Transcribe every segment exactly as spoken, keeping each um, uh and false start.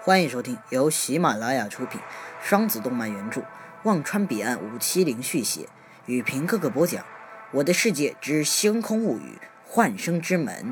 欢迎收听由喜马拉雅出品，双子动漫原著，忘川彼岸五七零续写，与平哥哥播讲《我的世界之星空物语：幻生之门》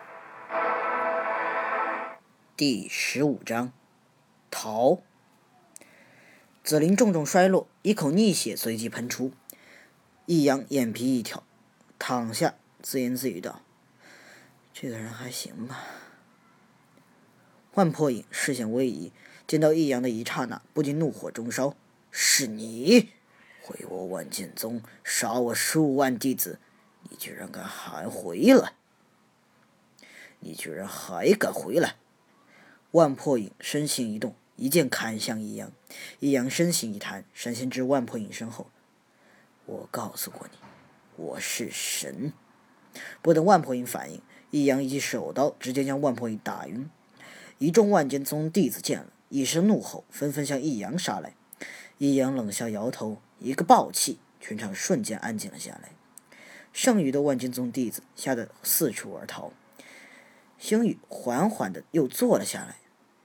第十五章逃。紫菱重重摔落，一口逆血随即喷出。易阳眼皮一挑，躺下，自言自语道：“这个人还行吧。”幻破影视线微移，见到易阳的一刹那，不禁怒火中烧：“是你毁我万剑宗，杀我数万弟子，你居然敢还回来！你居然还敢回来！”万破影身形一动，一剑砍向易阳。易阳身形一弹，闪现至万破影身后。我告诉过你，我是神。不等万破影反应，易阳一记手刀直接将万破影打晕。一众万剑宗弟子见了，一声怒吼，纷纷向易阳杀来。易阳冷笑摇头，一个暴气，全场瞬间安静了下来。剩余的万剑宗弟子吓得四处而逃。星宇缓缓地又坐了下来。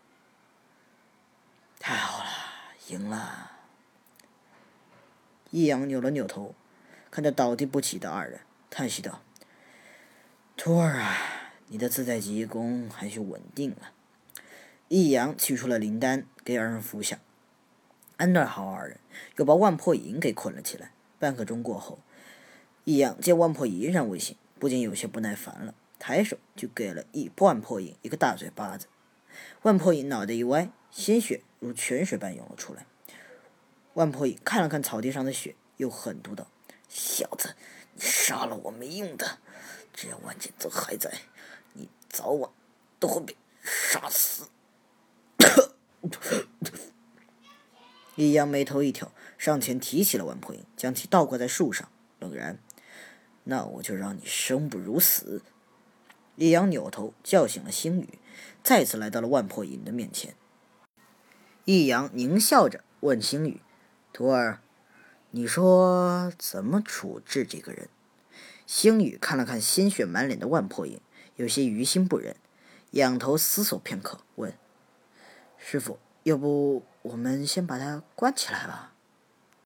太好了，赢了。易阳扭了扭头，看着倒地不起的二人，叹息道：“徒儿啊，你的自在极功还需稳定了。”易阳取出了灵丹，给二人服下，安顿好二人，又把万破影给捆了起来。半刻钟过后，易阳见万破影依然未醒，不禁有些不耐烦了，抬手就给了一万破影一个大嘴巴子。万破影脑袋一歪，鲜血如泉水般涌了出来。万破影看了看草地上的血，又狠毒道：“小子，你杀了我没用的，只要万剑宗还在，你早晚都会被杀死。”易阳眉头一挑，上前提起了万破影，将其倒挂在树上，冷然：“那我就让你生不如死。”易阳扭头叫醒了星宇，再次来到了万破影的面前。易阳狞笑着问星宇：“徒儿，你说怎么处置这个人？”星宇看了看鲜血满脸的万破影，有些于心不忍，仰头思索片刻，问：“师父，要不我们先把他关起来吧？”